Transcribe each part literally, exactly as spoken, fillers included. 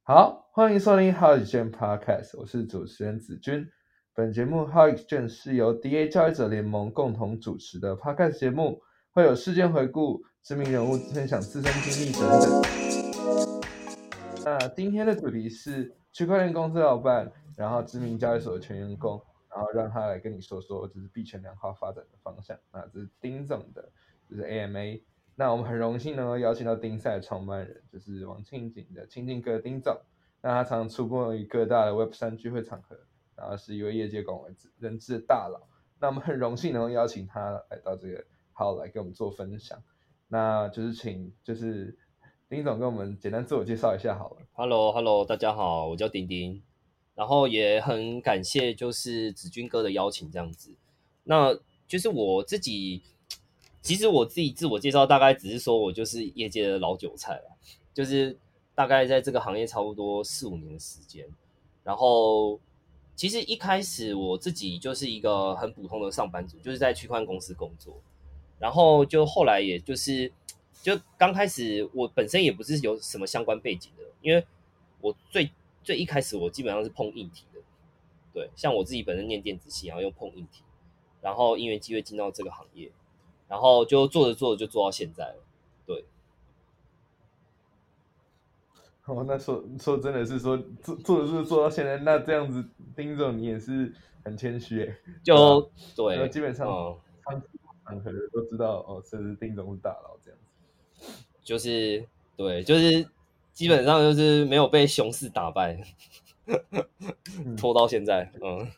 好，欢迎收听 How Exchange Podcast， 我是主持人子君。本节目 How Exchange 是由 D A 交易者联盟共同主持的 Podcast 节目，会有事件回顾、知名人物分享自身经历等等。那今天的主题是区块链公司老板，然后知名交易所的全员工，然后让他来跟你说说就是币圈量化发展的方向。那这是丁总的，就是 A M A。那我们很荣幸能够邀请到丁赛的创办人，就是王庆景的庆景哥丁总。那他常出没于各大的 Web 三 聚会场合，然后是一位业界广为人知的大佬。那我们很荣幸能够邀请他来到这个好来跟我们做分享。那就是请就是丁总跟我们简单自我介绍一下好了。 Hello Hello， 大家好，我叫丁丁，然后也很感谢就是子君哥的邀请这样子。那就是我自己，其实我自己自我介绍大概只是说我就是业界的老韭菜了，就是大概在这个行业差不多四五年的时间。然后其实一开始我自己就是一个很普通的上班族，就是在区块链公司工作。然后就后来也就是就刚开始我本身也不是有什么相关背景的，因为我最最一开始我基本上是碰硬体的，对，像我自己本身念电子系，然后又碰硬体，然后因缘机会进到这个行业，然后就做着做着就做到现在了，对。 哦，那说说真的是说做做的是做到现在，那这样子丁总你也是很谦虚诶，对吧、啊？ 就对， 然后基本上嗯， 常场合都知道哦，这是丁总是大佬这样子。 就是对，就是基本上就是没有被熊市打败，拖到现在，嗯。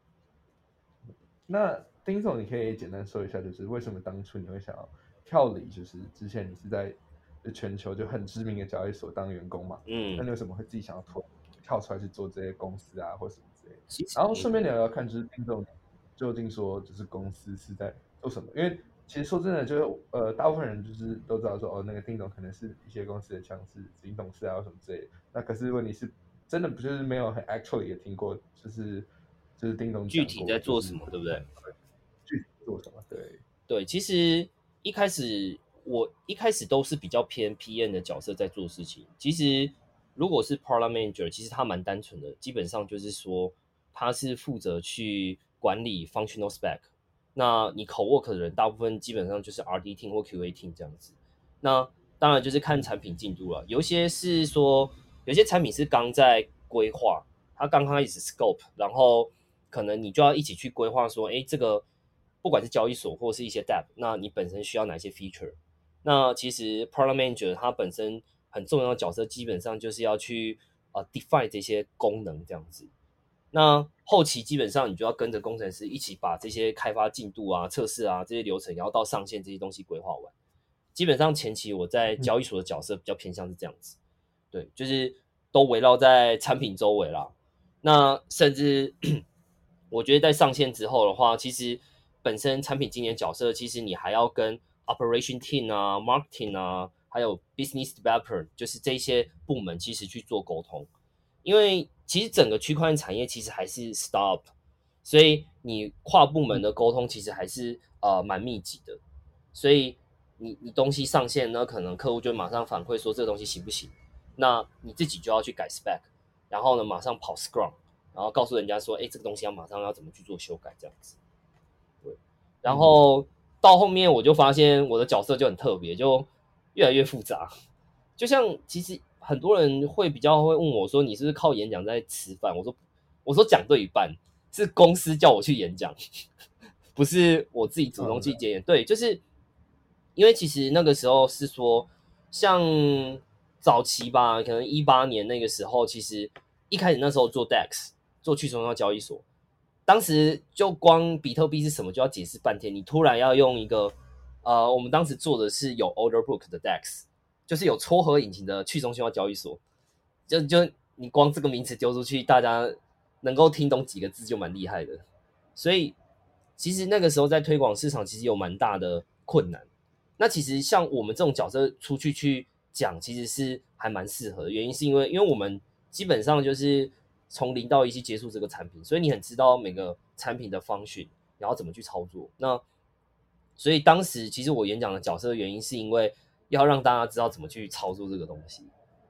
那丁总，你可以简单说一下，就是为什么当初你会想要跳离？就是之前你是在全球就很知名的交易所当员工嘛？ 嗯， 那你为什么会自己想要脱跳出来去做这些公司啊，或什么之类的？ 其实然后顺便聊聊看，就是丁总究竟说，就是公司是在做什么？因为其实说真的，就是呃，大部分人就是都知道说，哦，那个丁总可能是一些公司的像是执行董事啊，或什么之类的。那可是问题是，真的不就是没有很 actually 也听过，就是就是丁总具体在讲过，就是做什么，对不对？ 具体做什么？对， 对，其实一开始我一开始都是比较偏 P M 的角色在做事情。其实如果是 Product Manager，其实他蛮单纯的，基本上就是说他是负责去管理 Functional Spec。那你 Co-work 的人大部分基本上就是 R D team 或 Q A team 这样子。那当然就是看产品进度了，有一些是说有些产品是刚在规划，它刚开始 scope，然后可能你就要一起去规划说，哎，这个不管是交易所或是一些 D App， 那你本身需要哪些 feature？那其实 Product Manager 它本身很重要的角色，基本上就是要去呃 define 这些功能这样子。那后期基本上你就要跟着工程师一起把这些开发进度啊、测试啊这些流程，然后到上线这些东西规划完。基本上前期我在交易所的角色比较偏向是这样子，对，就是都围绕在产品周围啦。那甚至我觉得在上线之后的话，其实本身产品经理角色，其实你还要跟 operation team 啊、marketing 啊，还有 business developer，就是这些部门其实去做沟通。因为其实整个区块链产业其实还是 startup，所以你跨部门的沟通其实还是呃蛮密集的。所以你你东西上线呢，可能客户就马上反馈说这个东西行不行，那你自己就要去改 spec， 然后呢马上跑 Scrum， 然后告诉人家说，哎，这个东西要马上要怎么去做修改这样子。对，然后到后面我就发现我的角色就很特别，就越来越复杂。就像其实很多人会比较会问我说，你是不是靠演讲在吃饭？我说我说讲对一半，是公司叫我去演讲，不是我自己主动去接演。对，就是因为其实那个时候是说，像早期吧，可能一八年那个时候，其实一开始那时候做 D E X， 做去中心化交易所，当时就光比特币是什么就要解释半天，你突然要用一个呃，我们当时做的是有 order book 的 D E X， 就是有撮合引擎的去中心化交易所，就就你光这个名词丢出去，大家能够听懂几个字就蛮厉害的。所以其实那个时候在推广市场，其实有蛮大的困难。那其实像我们这种角色出去去讲，其实是还蛮适合的。原因是因为，因为我们基本上就是从零到一去接触这个产品，所以你很知道每个产品的方式，然后怎么去操作。那所以当时其实我演讲的角色的原因，是因为要让大家知道怎么去操作这个东西。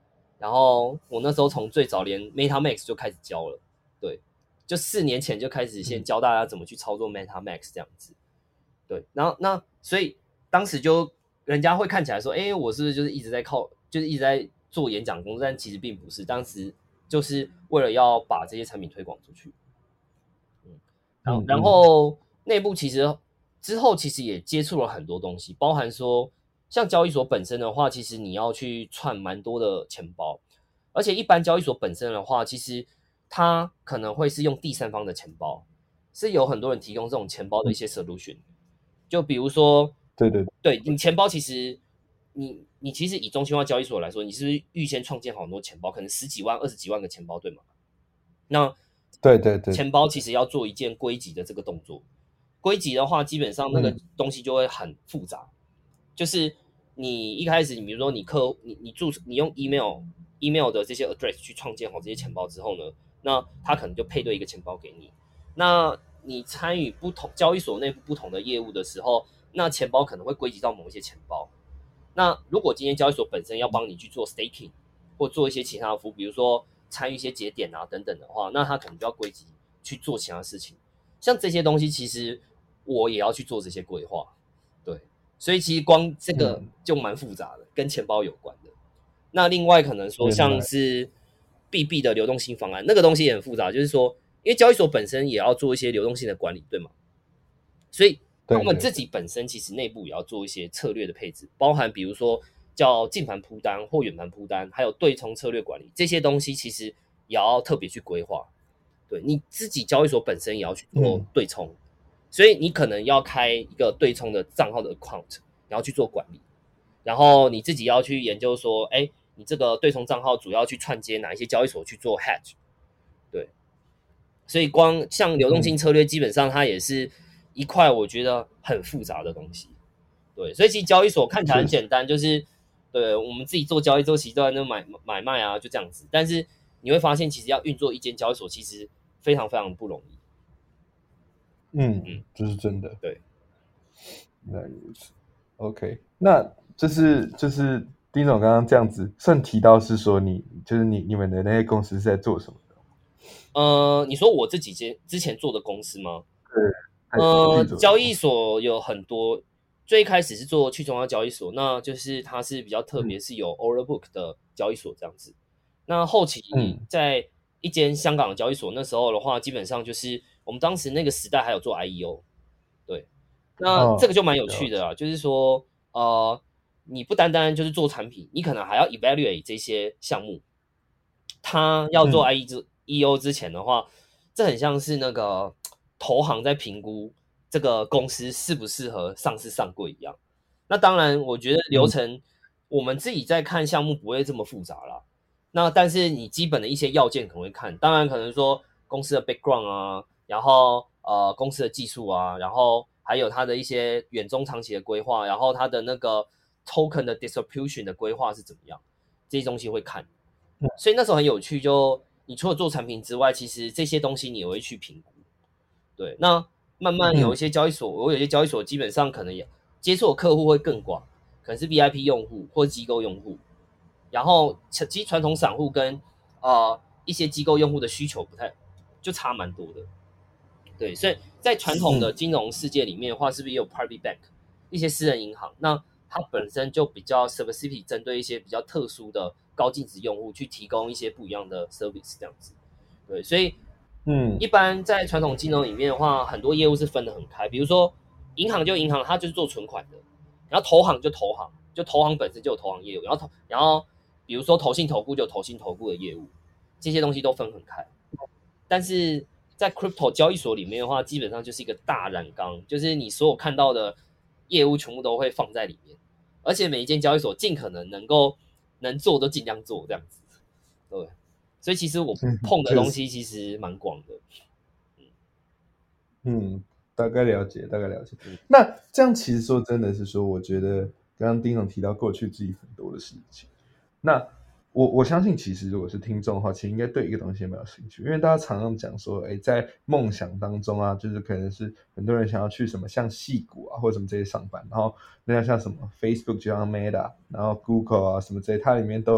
然后我那时候从最早连 MetaMask 就开始教了，对，就四年前就开始先教大家怎么去操作 MetaMask 这样子，对，然后那所以当时就人家会看起来说，哎，我是不是就是一直在靠，就是一直在做演讲工作，但其实并不是，当时就是为了要把这些产品推广出去，嗯，然后然后内部其实之后其实也接触了很多东西，包含说。像交易所本身的话，其实你要去串蛮多的钱包，而且一般交易所本身的话，其实它可能会是用第三方的钱包，是有很多人提供这种钱包的一些 solution。就比如说， 对对对你钱包其实你你其实以中心化交易所来说，你是不是预先创建好很多钱包，可能十几万、二十几万个钱包，对吗？那对对对， 钱包其实要做一件归集的这个动作，归集的话，基本上那个东西就会很复杂。就是你一开始，你比如说你客你你注你用 email email 的这些 address 去创建好这些钱包之后呢，那它可能就配对一个钱包给你。那你参与不同交易所内部不同的业务的时候，那钱包可能会归集到某一些钱包。那如果今天交易所本身要帮你去做 staking 或做一些其他的服务，比如说参与一些节点啊等等的话，那它可能就要归集去做其他事情。像这些东西，其实我也要去做这些规划，对。所以其实光这个就蛮复杂的，跟钱包有关的。那另外可能说像是 B B 的流动性方案，那个东西也很复杂，就是说，因为交易所本身也要做一些流动性的管理，对吗？所以他们自己本身其实内部也要做一些策略的配置，包含比如说叫近盘铺单或远盘铺单，还有对冲策略管理这些东西，其实也要特别去规划。对，你自己交易所本身也要去做对冲。嗯，所以你可能要开一个对冲的账号的 account， 然后去做管理，然后你自己要去研究说，哎，你这个对冲账号主要去串接哪一些交易所去做 hedge， 对，所以光像流动性策略，基本上它也是一块我觉得很复杂的东西，对，所以其实交易所看起来很简单，就是对我们自己做交易周期都在那买买卖啊，就这样子，但是你会发现，其实要运作一间交易所，其实非常非常不容易。 嗯嗯，这是真的。 对， 原来如此。OK， 那就是就是丁总刚刚这样子，算提到是说你就是你你们的那些公司是在做什么的？ 呃，你说我这几间之前做的公司吗？ 对， 呃，交易所有很多，最开始是做去中央交易所，那就是它是比较特别，是有 order book 的交易所这样子。那后期在一间香港的交易所，那时候的话，基本上就是我们当时那个时代还有做 I E O， 对，那这个就蛮有趣的啦，就是说，呃，你不单单就是做产品，你可能还要 evaluate 这些项目。他要做 I E O 之前的话，这很像是那个投行在评估这个公司适不适合上市上柜一样。那当然，我觉得流程、嗯、我们自己在看项目不会这么复杂啦。那但是你基本的一些要件可能会看，当然可能说公司的 background 啊，然后呃公司的技术啊，然后还有它的一些远中长期的规划，然后它的那个 token 的 distribution 的规划是怎么样，这些东西会看。所以那时候很有趣，就你除了做产品之外，其实这些东西你也会去评估。对，那慢慢有一些交易所，我有些交易所基本上可能也接触的客户会更广，可能是 V I P 用户或机构用户。然后其实传统散户跟呃一些机构用户的需求不太就差蛮多的。对，所以在传统的金融世界里面的话，是不是也有 private bank 一些私人银行？那它本身就比较 specific 针对一些比较特殊的高净值用户去提供一些不一样的 service 这样子。对，所以嗯，一般在传统金融里面的话，很多业务是分得很开，比如说银行就银行，它就是做存款的，然后投行就投行，就投行本身就有投行业务，然后投然后比如说投信投顾就有投信投顾的业务，这些东西都分很开。但是在 crypto 交易所里面的话，基本上就是一个大染缸，就是你所有看到的业务全部都会放在里面，而且每一间交易所尽可能能够能做都尽量做这样子。对，所以其实我碰的东西其实蛮广的。 嗯，嗯，大概了解，大概了解。嗯、那这样其实说真的是说，我觉得刚刚丁总提到过去自己很多的事情，那我我相信其实如果是听众的话，其实应该对一个东西蛮有兴趣，因为大家常常讲说，哎，在梦想当中啊，就是可能是很多人想要去什么像矽谷啊或者什么这些上班，然后那像什么 Facebook 就像 Meta，然后 Google 啊什么这些，它里面都有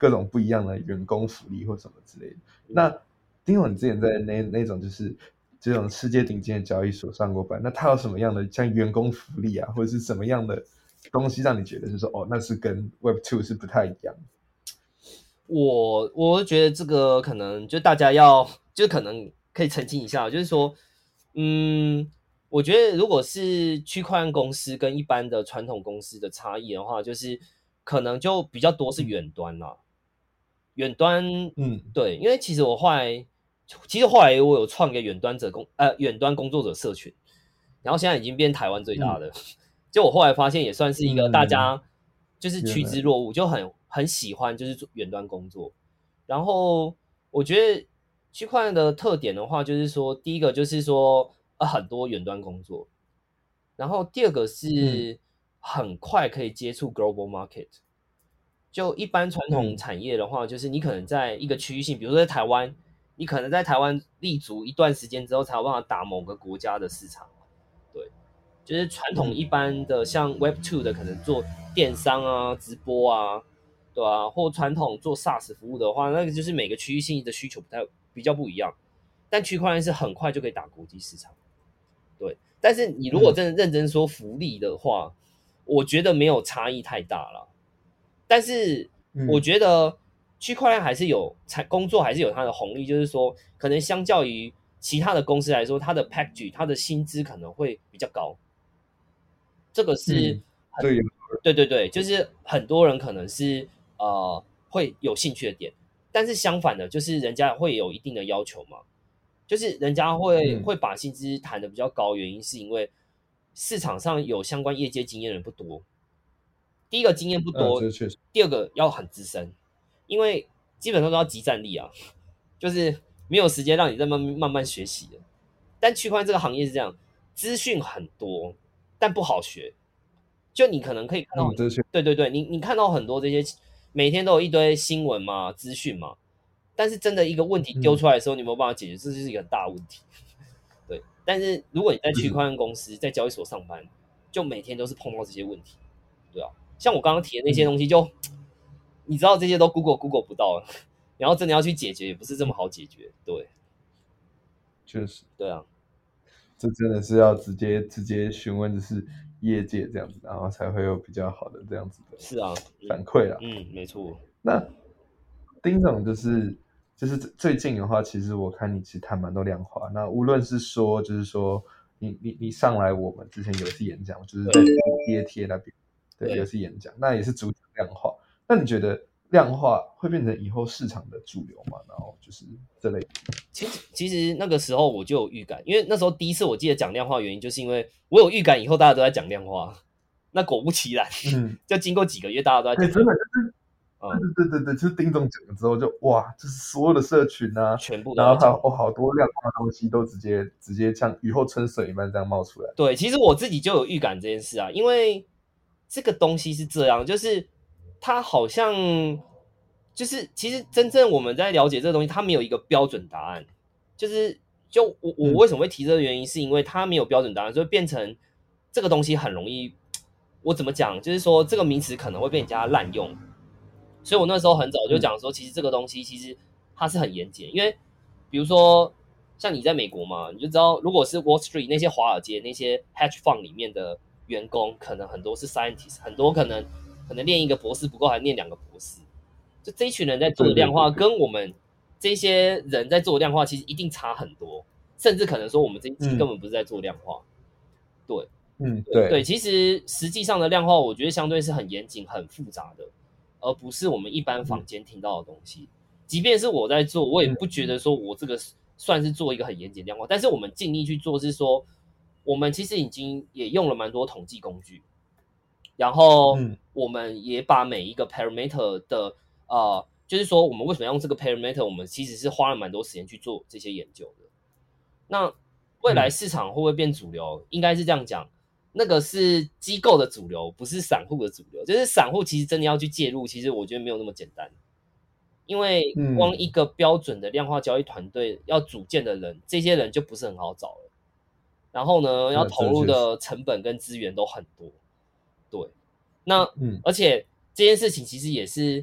各种不一样的员工福利或什么之类的。那丁总，你之前在那那种就是这种世界顶尖的交易所上过班，那它有什么样的像员工福利啊，或者是什么样的东西让你觉得是说哦，那是跟 Web 二 是不太一样？ 我我觉得这个可能就大家要就可能可以澄清一下，就是说，嗯，我觉得如果是区块链公司跟一般的传统公司的差异的话，就是可能就比较多是远端啦。远端， 嗯， 对，因为其实我后来，其实后来我有创一个远端者工呃远端工作者社群，然后现在已经变台湾最大的。嗯、就我后来发现也算是一个大家就是趋之若鹜，就很很喜欢就是做远端工作。然后我觉得区块链的特点的话，就是说第一个就是说呃很多远端工作，然后第二个是很快可以接触 global market。就一般传统产业的话，就是你可能在一个区域性，比如说在台湾，你可能在台湾立足一段时间之后，才有办法打某个国家的市场。对，就是传统一般的像 Web 二 的，可能做电商啊、直播啊，对啊，或传统做 SaaS 服务的话，那个就是每个区域性的需求不太比较不一样。但区块链是很快就可以打国际市场。对，但是你如果真的认真说福利的话，我觉得没有差异太大了。但是我觉得区块链还是有工作还是有它的红利，就是说可能相较于其他的公司来说，它的 package 它的薪资可能会比较高。这个是很、嗯、对对对，就是很多人可能是呃会有兴趣的点，但是相反的，就是人家会有一定的要求嘛，就是人家会、嗯、会把薪资谈的比较高，原因是因为市场上有相关业界经验的人不多。第一个经验不多、嗯，第二个要很资深，因为基本上都要即战力啊，就是没有时间让你在慢慢慢学习的。但区块链这个行业是这样，资讯很多，但不好学。就你可能可以看到，嗯、对对对，你你看到很多这些，每天都有一堆新闻嘛、资讯嘛，但是真的一个问题丢出来的时候，嗯、你没有办法解决，这就是一个大问题。对，但是如果你在区块链公司、在交易所上班，就每天都是碰到这些问题，对啊。像我刚刚提的那些东西就，就、嗯、你知道这些都 Google Google 不到了，然后真的要去解决也不是这么好解决，对， 确实， 对啊， 这真的是要直接直接询问，就是业界这样子，然后才会有比较好的这样子的是啊反馈啦。 嗯，没错。 那丁总就是就是最近的话，其实我看你其实谈蛮多量化，那无论是说就是说你你你上来我们之前有一次演讲，就是在 D A T A 那边。对，有一次演讲，那也是主讲量化。那你觉得量化会变成以后市场的主流吗？然后就是这类。 其实其实那个时候我就有预感，因为那时候第一次我记得讲量化的原因，就是因为我有预感以后大家都在讲量化。那果不其然，嗯，就经过几个月大家都在讲。 真的就是，嗯，对对对对，就是丁总讲了之后就哇，就是所有的社群啊， 全部都然后还有、哦、好多量化的东西都直接直接像雨后春笋一般这样冒出来。 对，其实我自己就有预感这件事啊，因为这个东西是这样，就是它好像就是其实真正我们在了解这个东西，它没有一个标准答案。就是就我我为什么会提这个原因，是因为它没有标准答案，所以变成这个东西很容易，我怎么讲？就是说这个名词可能会被人家滥用。所以我那时候很早就讲说，其实这个东西其实它是很严谨，因为比如说像你在美国嘛，你就知道，如果是 Wall Street 那些华尔街那些 hedge fund 里面的员工，可能很多是 scientist， 很多可能可能念一个博士不够，还念两个博士。就这一群人在做的量化，跟我们这些人在做的量化，其实一定差很多，甚至可能说我们这一期根本不是在做量化。嗯、对， 嗯，对对，其实实际上的量化，我觉得相对是很严谨、很复杂的。而不是我们一般坊间听到的东西。嗯、即便是我在做，我也不觉得说我这个算是做一个很严谨量化，但是我们尽力去做，是说我们其实已经也用了蛮多统计工具，然后我们也把每一个 parameter 的呃，就是说我们为什么要用这个 parameter， 我们其实是花了蛮多时间去做这些研究的。那未来市场会不会变主流？嗯、应该是这样讲。那个是机构的主流，不是散户的主流。就是散户其实真的要去介入，其实我觉得没有那么简单。因为光一个标准的量化交易团队要组建的人，这些人就不是很好找了。然后呢，要投入的成本跟资源都很多。对，那、嗯、而且这件事情其实也是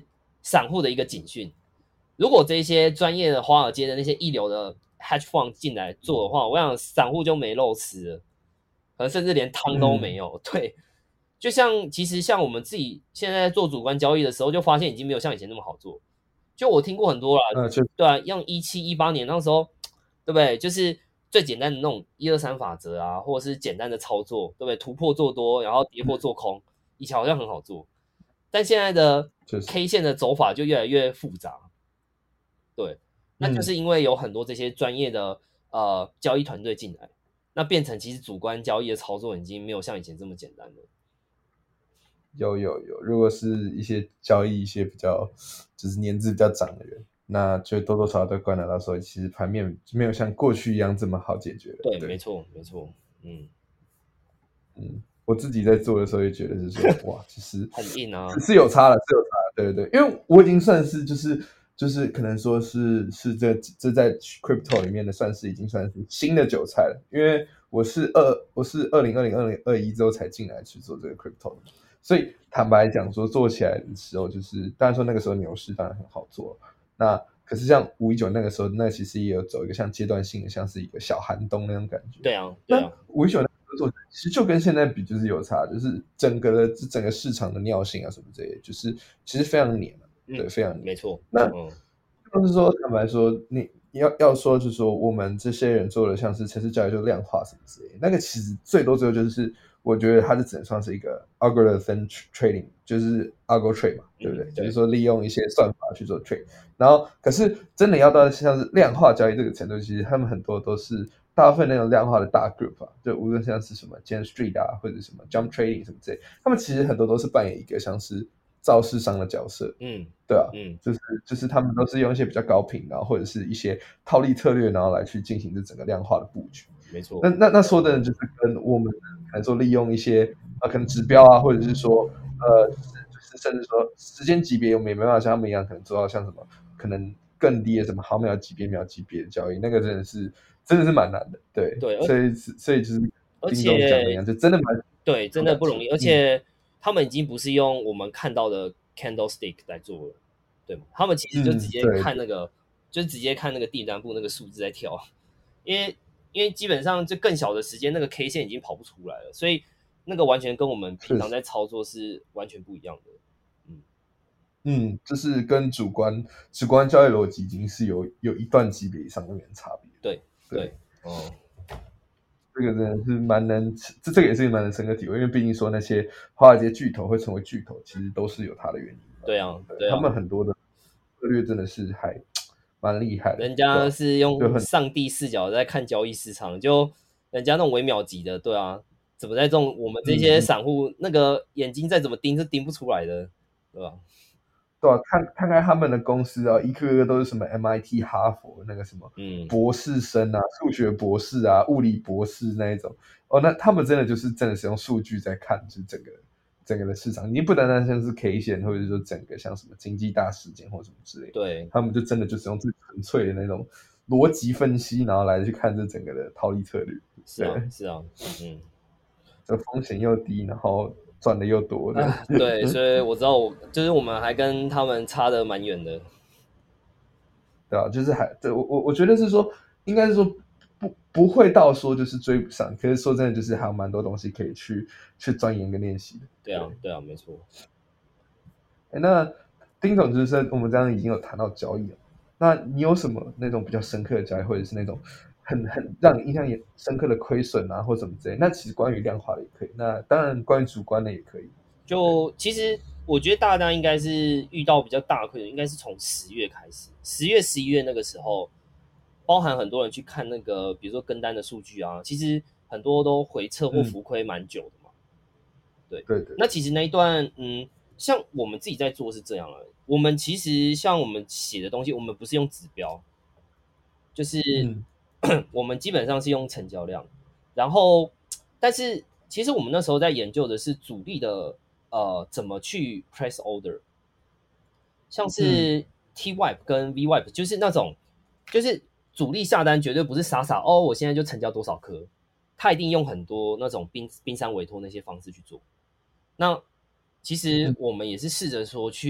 散户的一个警讯。如果这些专业的华尔街的那些一流的 hedge fund 进来做的话，我想散户就没肉吃了，可能甚至连汤都没有。嗯、对，就像其实像我们自己现在做主观交易的时候，就发现已经没有像以前那么好做。就我听过很多啦， 呃、 对啊，像一七一八年那时候，对不对？就是最简单的那种一二三法则啊，或者是简单的操作，对不对？突破做多，然后跌破做空，以前好像很好做，但现在的 K 线的走法就越来越复杂。对，那就是因为有很多这些专业的呃交易团队进来，那变成其实主观交易的操作已经没有像以前这么简单了。 有有有，如果是一些交易一些比较就是年资比较长的人，那就多多少少都观察到说，其实盘面没有像过去一样这么好解决了。 对，对没错没错， 嗯嗯，我自己在做的时候也觉得是说，哇，其实很硬啊， 是有差了，是有差了，对对对，因为我已经算是就是就是可能说是是这这在 crypto 里面的算是已经算是新的韭菜了，因为我是二我是二零二零二零二一之后才进来去做这个 crypto 的。所以坦白讲说，做起来的时候，就是当然说那个时候牛市当然很好做，那可是像五一九那个时候，那其实也有走一个像阶段性的，像是一个小寒冬那种感觉。 对啊，对啊。 五一九那个时候做，其实就跟现在比就是有差，就是整个的整个市场的尿性啊什么之类的，就是其实非常黏、啊嗯、对，非常黏。 没错。 那、 嗯、 就是说坦白说，你要要说就是说我们这些人做的像是城市交易就量化什么之类的，那个其实最多最多就是。我觉得它是只能算是一个 algorithm trading， 就是 algo trade 嘛，对不对？嗯、对就是说利用一些算法去做 trade， 然后可是真的要到像是量化交易这个程度，其实他们很多都是大部分那种量化的大 group 啊，就无论像是什么 Jane Street 啊，或者什么 Jump Trading 什么之类，他们其实很多都是扮演一个像是造市商的角色，嗯，对啊，嗯，就是就是他们都是用一些比较高频，然后或者是一些套利策略，然后来去进行这整个量化的布局。 没错， 那那那说的就是跟我们可能说利用一些呃可能指标啊，或者是说呃就是甚至说时间级别，我们也没办法像他们一样，可能做到像什么可能更低的什么毫秒级别、秒级别的交易，那个真的是真的是蛮难的，对， 对， 所以所以就是丁总讲的一样，就真的蛮对，真的不容易，而且他们已经不是用我们看到的 candlestick 来做了，对吗？他们其实就直接看那个，嗯、就是直接看那个订单簿那个数字在跳，因为。因为基本上就更小的时间，那个 K 线已经跑不出来了，所以那个完全跟我们平常在操作是完全不一样的。 嗯嗯，就是跟主观主观交易逻辑已经是有有一段级别以上的差别。 对对哦， 这个真的是蛮能，这这个也是蛮能深刻体会，因为毕竟说那些华尔街巨头会成为巨头，其实都是有它的原因。 对啊， 对对啊， 他们很多的策略真的是还蛮厉害的， 人家是用上帝视角在看交易市场，就人家那种微秒级的，对啊，怎么在这种我们这些散户、嗯、那个眼睛再怎么盯是盯不出来的，对吧？ 对啊，看看看他们的公司啊，一个个都是什么 M I T、哈佛那个什么博士生啊、嗯、数学博士啊、物理博士那一种哦，那他们真的就是真的是用数据在看，就是整个整个的市场，你不单单像是 K 线，或者说整个像什么经济大事件或什么之类的， 对， 他们就真的就是用最纯粹的那种逻辑分析，然后来去看这整个的套利策略。 是啊，是啊，嗯， 这风险又低，然后赚的又多的、 啊。对，所以我知道我，我就是我们还跟他们差得蛮远的。 对啊，就是还对我我我觉得是说，应该是说不不会到说就是追不上，可是说真的就是还有蛮多东西可以去去钻研跟练习的。 对啊，对啊，没错。 哎，那丁总就是我们这样已经有谈到交易了，那你有什么那种比较深刻的交易，或者是那种很很让你印象也深刻的亏损啊，或什么之类？那其实关于量化的也可以，那当然关于主观的也可以。 就其实我觉得大家应该是遇到比较大的亏损，应该是从十月开始，十月、十一月那个时候，包含很多人去看那个，比如说跟单的数据啊，其实很多都回撤或浮亏蛮久的嘛。嗯、对对对。 那其实那一段，嗯，像我们自己在做是这样了，我们其实像我们写的东西，我们不是用指标，就是、嗯、我们基本上是用成交量，然后但是其实我们那时候在研究的是主力的。呃，怎么去 press order？ 像是 T wipe 跟 V wipe， 就是那种，就是主力下单绝对不是傻傻哦，我现在就成交多少颗，他一定用很多那种冰冰山委托那些方式去做。那其实我们也是试着说去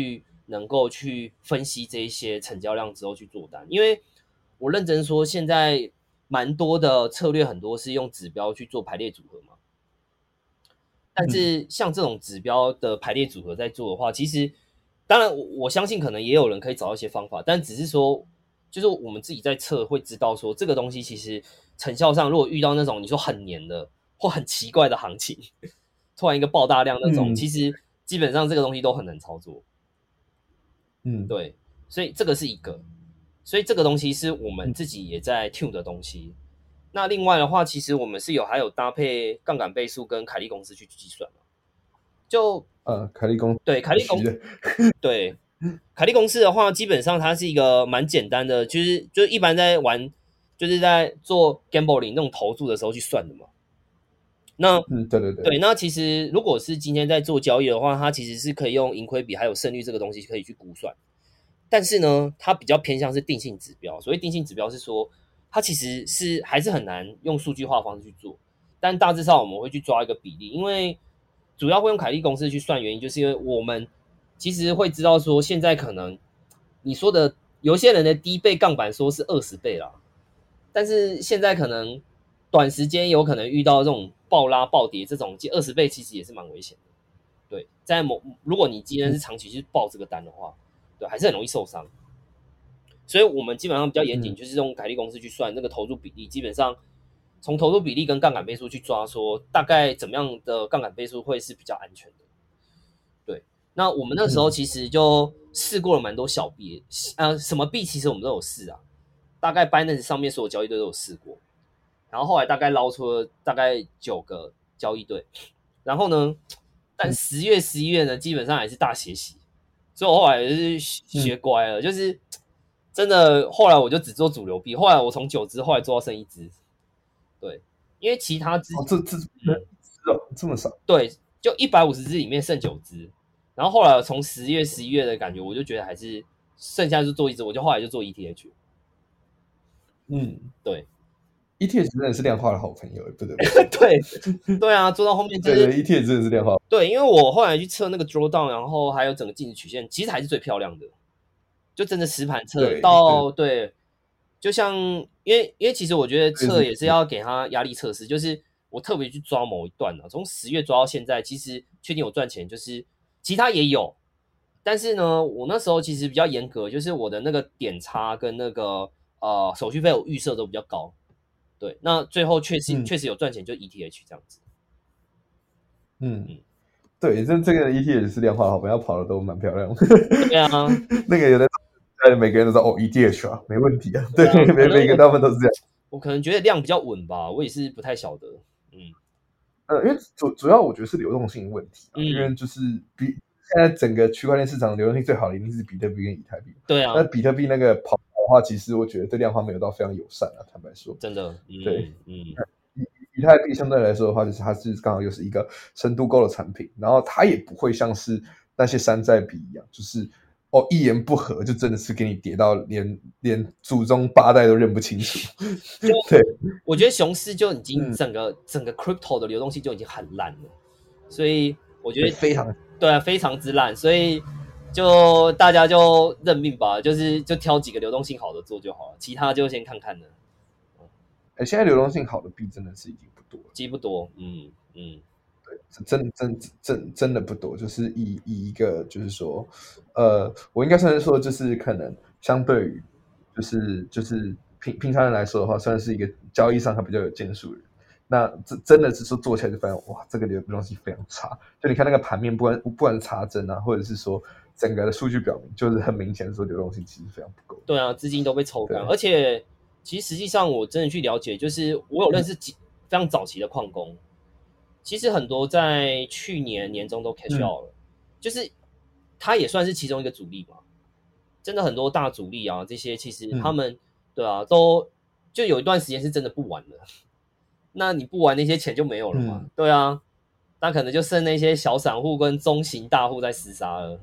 能够去分析这一些成交量之后去做单，因为我认真说，现在蛮多的策略很多是用指标去做排列组合嘛。但是像这种指标的排列组合在做的话，其实当然我我相信可能也有人可以找到一些方法，但只是说就是我们自己在测会知道说这个东西其实成效上，如果遇到那种你说很黏的或很奇怪的行情，突然一个爆大量那种， 嗯其实基本上这个东西都很难操作。 嗯， 对，所以这个是一个，所以这个东西是我们自己也在 tune 的东西。那另外的话，其实我们是有还有搭配杠杆倍数跟凯利公式去计算嘛。就呃，凯利公对凯利公对凯利公式的话，基本上它是一个蛮简单的，就是就是一般在玩，就是在做 gambling 那种投注的时候去算的嘛。那嗯，对对对， 对，那其实如果是今天在做交易的话，它其实是可以用盈亏比还有胜率这个东西可以去估算。但是呢，它比较偏向是定性指标。所谓定性指标是说，它其实是还是很难用数据化的方式去做，但大致上我们会去抓一个比例，因为主要会用凯利公式去算，原因就是因为我们其实会知道说，现在可能你说的有些人的低倍杠杆说是二十倍啦，但是现在可能短时间有可能遇到这种暴拉暴跌这种二十倍，其实也是蛮危险的。对，在某如果你今天是长期去报这个单的话，对，还是很容易受伤。所以我们基本上比较严谨，就是用凯利公式去算那个投入比例，基本上从投入比例跟杠杆倍数去抓，说大概怎么样的杠杆倍数会是比较安全的。对，那我们那时候其实就试过了蛮多小币，呃，什么币其实我们都有试啊，大概 Binance 上面所有交易队都有试过，然后后来大概捞出了大概九个交易队，然后呢，但十月、十一月呢，基本上还是大血洗，所以我后来就是学乖了，就是真的后来我就只做主流币，后来我从九只后来做到剩一只，对，因为其他只哦，这这嗯哦这么少， 对，就一百五十只里面剩九只，然后后来从十月、十一月的感觉，我就觉得还是剩下就做一只，我就后来就做 E T H， 嗯， 对。 E T H 真的是量化的好朋友，不得不对对啊，做到后面就是对对 ，E T H 真的是量化。 对，因为我后来去测那个 drawdown，然后还有整个净值曲线，其实还是最漂亮的，就真的实盘测到 对, 对，就像因为因为其实我觉得测也是要给他压力测试，就是我特别去抓某一段啊，从十月抓到现在，其实确定有赚钱，就是其他也有，但是呢，我那时候其实比较严格，就是我的那个点差跟那个呃手续费我预设都比较高。对，那最后确实、嗯、确实有赚钱，就 E T H 这样子。 嗯，嗯对，这这个 E T H 是量化好朋友，跑的都蛮漂亮的。 对啊， 那个有的每个人都说哦 E T H 啊，没问题啊。对，对啊、每每个大部分都是这样。 我可能觉得量比较稳吧，我也是不太晓得。嗯， 呃，因为主主要我觉得是流动性问题、啊嗯，因为就是比现在整个区块链市场流动性最好的一定是比特币跟以太币。 对啊， 那比特币那个跑。的话，其实我觉得对量化没有到非常友善啊，坦白说， 真的，嗯、 对， 嗯， 以以太币相对来说的话，就是它是刚好又是一个深度够的产品，然后它也不会像是那些山寨币一样，就是哦一言不合就真的是给你跌到连连祖宗八代都认不清楚。对， 我觉得熊市就已经整个、嗯、整个 crypto 的流动性就已经很烂了，所以我觉得非常对啊，非常之烂，所以。就大家就认命吧，就是就挑几个流动性好的做就好了，其他就先看看了。 哎、欸，现在流动性好的币真的是已经不多了， 几不多，嗯嗯， 对，真真真真的不多，就是以以一个就是说，呃，我应该算是说，就是可能相对于就是就是平平常人来说的话，算是一个交易上还比较有建树的人。那这真的是说做起来就发现哇，这个流动性非常差。就你看那个盘面，不管不管是查证啊，或者是说整个的数据表明，就是很明显说流动性其实非常不够。 对啊，资金都被抽干，而且其实实际上我真的去了解，就是我有认识几非常早期的矿工，其实很多在去年年中都 cash out 了，嗯、就是他也算是其中一个主力嘛。真的很多大主力啊，这些其实他们、嗯、对啊，都就有一段时间是真的不玩了。那你不玩那些钱就没有了嘛？嗯、对啊，那可能就剩那些小散户跟中型大户在厮杀了。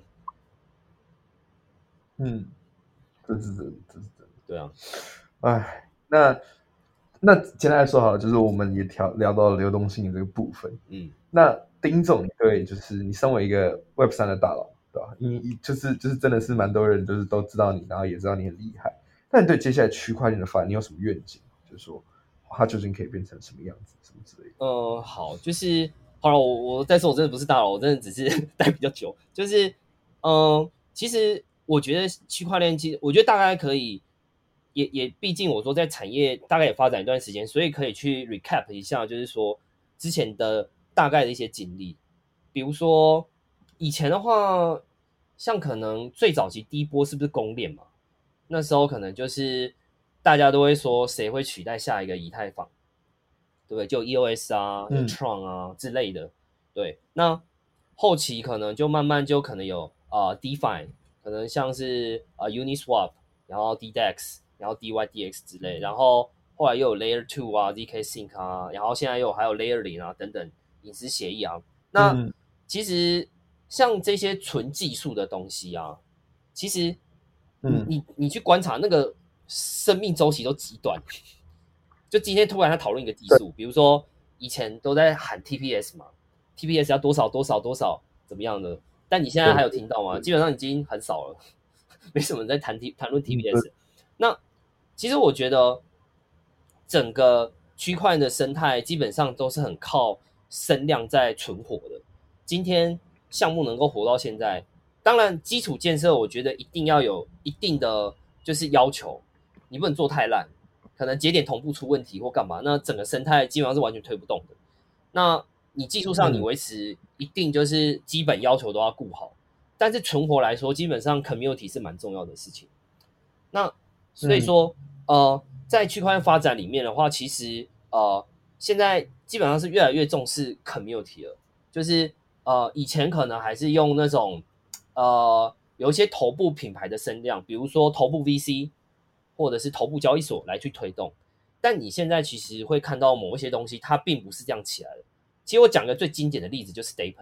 嗯，这是真的，这是真的。 对啊， 哎，那那简单来说好了，就是我们也聊聊到了流动性这个部分。嗯，那丁总，对，就是你身为一个 Web 三的大佬， 对吧？你就是就是真的是蛮多人就是都知道你，然后也知道你很厉害。那你对接下来区块链的发展，你有什么愿景？就是说它究竟可以变成什么样子，什么之类的？ 呃，好，就是好了，我我再说，我真的不是大佬，我真的只是待比较久。就是，嗯、呃，其实我觉得区块链，其实我觉得大概可以，也也，毕竟我说在产业大概也发展一段时间，所以可以去 recap 一下，就是说之前的大概的一些经历。比如说以前的话，像可能最早期第一波是不是公链嘛？那时候可能就是大家都会说谁会取代下一个以太坊。对不对？就 E O S 啊，有 Tron 啊之类的，对。那后期可能就慢慢就可能有呃 DeFi，可能像是呃 Uniswap，然后 D D E X，然后 D Y D X 之类，然后后来又有 Layer Two 啊，Z K Sync 啊，然后现在又还有 Layer 零啊等等隐私协议啊。那嗯其实像这些纯技术的东西啊，其实你嗯， 你你去观察那个生命周期都极短。就今天突然他讨论一个技术，比如说以前都在喊 T P S 嘛，T P S 要多少多少多少怎么样的，但你现在还有听到吗？基本上已经很少了，没什么人在谈 T 谈论 T P S。那其实我觉得整个区块链的生态基本上都是很靠声量在存活的。今天项目能够活到现在，当然基础建设我觉得一定要有一定的就是要求，你不能做太烂。可能节点同步出问题或干嘛，那整个生态基本上是完全推不动的。那你技术上你维持一定就是基本要求都要顾好，但是存活来说，基本上 community 是蛮重要的事情。那所以说，呃，在区块链发展里面的话，其实呃，现在基本上是越来越重视 community 了，就是呃，以前可能还是用那种呃有一些头部品牌的声量，比如说头部 V C。或者是头部交易所来去推动。但你现在其实会看到某一些东西，它并不是这样起来的。其实我讲个最经典的例子就是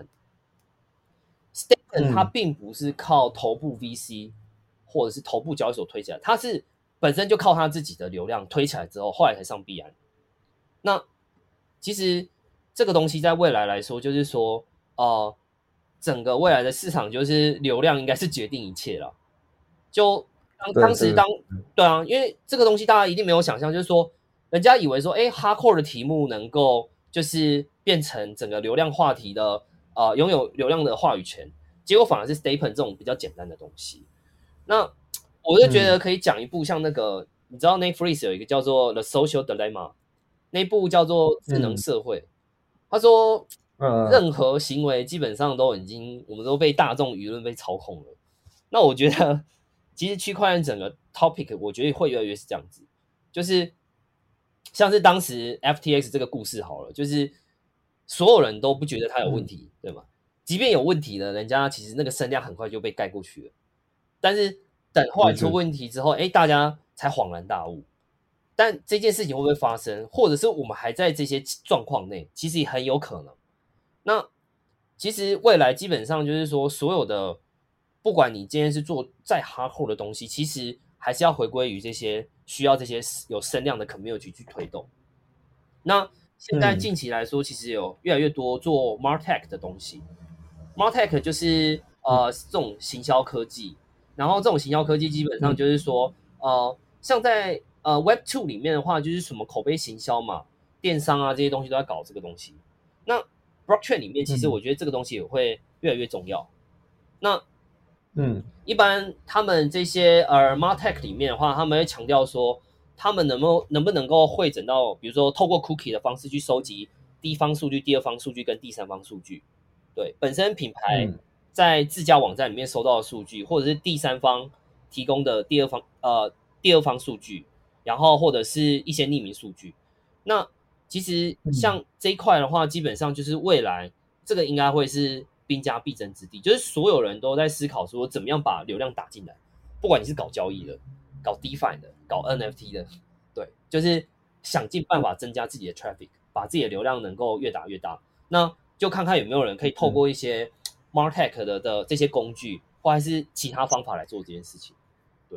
Stapen，Stapen 它并不是靠头部 V C 或者是头部交易所推起来，它是本身就靠它自己的流量推起来之后，后来才上币安。那其实这个东西在未来来说，就是说，呃，整个未来的市场就是流量应该是决定一切了。就当当时当对啊，因为这个东西大家一定没有想象，就是说，人家以为说，哎 ，hardcore 的题目能够就是变成整个流量话题的呃拥有流量的话语权，结果反而是 Stapen 这种比较简单的东西。那我就觉得可以讲一部像那个，你知道 Netflix 有一个叫做 The Social Dilemma， 那部叫做智能社会。他说，任何行为基本上都已经我们都被大众舆论被操控了。那我觉得。其实区块链整个 topic 我觉得会越来越是这样子，就是像是当时 F T X 这个故事好了，就是所有人都不觉得它有问题，对吗？即便有问题了，人家其实那个声量很快就被盖过去了。但是等后来出问题之后，哎，大家才恍然大悟。但这件事情会不会发生，或者是我们还在这些状况内，其实也很有可能。那其实未来基本上就是说，所有的不管你今天是做再 hardcore 的东西，其实还是要回归于这些需要这些有声量的 community 去推动。那现在近期来说，其实有越来越多做 martech 的东西。martech 就是呃这种行销科技，然后这种行销科技基本上就是说，呃，像在呃 Web 二 里面的话，就是什么口碑行销嘛，电商啊这些东西都在搞这个东西。那 blockchain 里面，其实我觉得这个东西也会越来越重要。那嗯， 一般他们这些呃 martech 里面的话，他们会强调说，他们能不能能不能够汇整到，比如说透过 cookie 的方式去收集第一方数据、第二方数据跟第三方数据。对，本身品牌在自家网站里面收到的数据，或者是第三方提供的第二方呃第二方数据，然后或者是一些匿名数据。那其实像这一块的话，基本上就是未来这个应该会是兵家必争之地，就是所有人都在思考说怎么样把流量打进来，不管你是搞交易的、搞 DeFi 的、搞 N F T 的，对，就是想尽办法增加自己的 traffic， 把自己的流量能够越打越大。那就看看有没有人可以透过一些 martech 的的这些工具，或者是其他方法来做这件事情。对，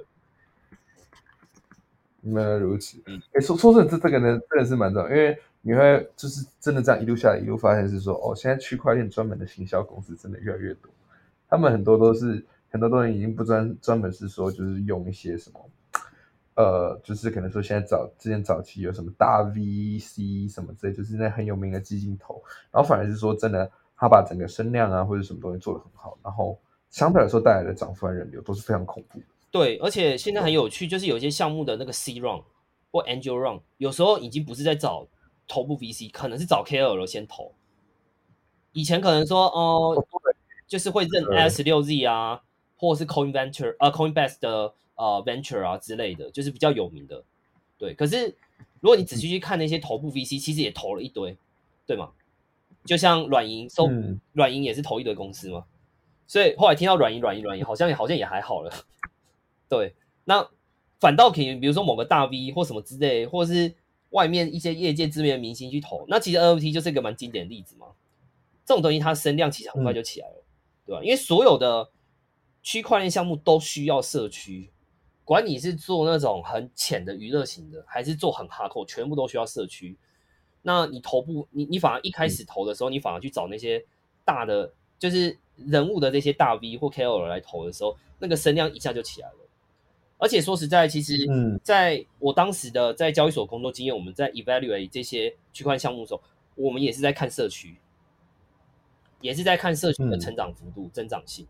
原来如此。 嗯， 哎，说说真的，这这个呢真的是蛮重要，因为你会就是真的这样一路下来，一路发现是说，哦，现在区块链专门的行销公司真的越来越多。 他们很多都是很多东西已经不专专门是说就是用一些什么。呃，就是可能说现在早之前早期有什么大 V C 什么之类，就是那很有名的基金投，然后反而是说真的，他把整个声量啊或者什么东西做得很好，然后相对来说带来的涨幅和人流都是非常恐怖的。 对，而且现在很有趣，就是有一些项目的那个 C round 或 Angel round，有时候已经不是在找头部 V C，可能是找 K O L 先投。以前可能说哦、呃，就是会认 S 六 Z 啊，或者是 Coin Venture 啊、呃、，Coinbase 的呃 Venture 啊之类的，就是比较有名的。对，可是如果你仔细去看那些头部 V C，其实也投了一堆，对吗？就像软银收嗯， 软银也是投一堆公司嘛，所以后来听到软银软银软银，好像好像也还好了。对，那反倒可以，比如说某个大 V 或什么之类，或者是外面一些业界知名的明星去投，那其实 N F T 就是一个蛮经典的例子嘛。这种东西它声量其实很快就起来了，嗯、对吧？因为所有的区块链项目都需要社区，管你是做那种很浅的娱乐型的，还是做很 hardcore，全部都需要社区。那你头部，你你反而一开始投的时候，你反而去找那些大的，就是人物的这些大 V 或 K O L 来投的时候，那个声量一下就起来了。而且说实在，其实在我当时的在交易所工作经验，我们在 evaluate 这些区块链项目的时候，我们也是在看社区，也是在看社区的成长幅度、嗯、增长性。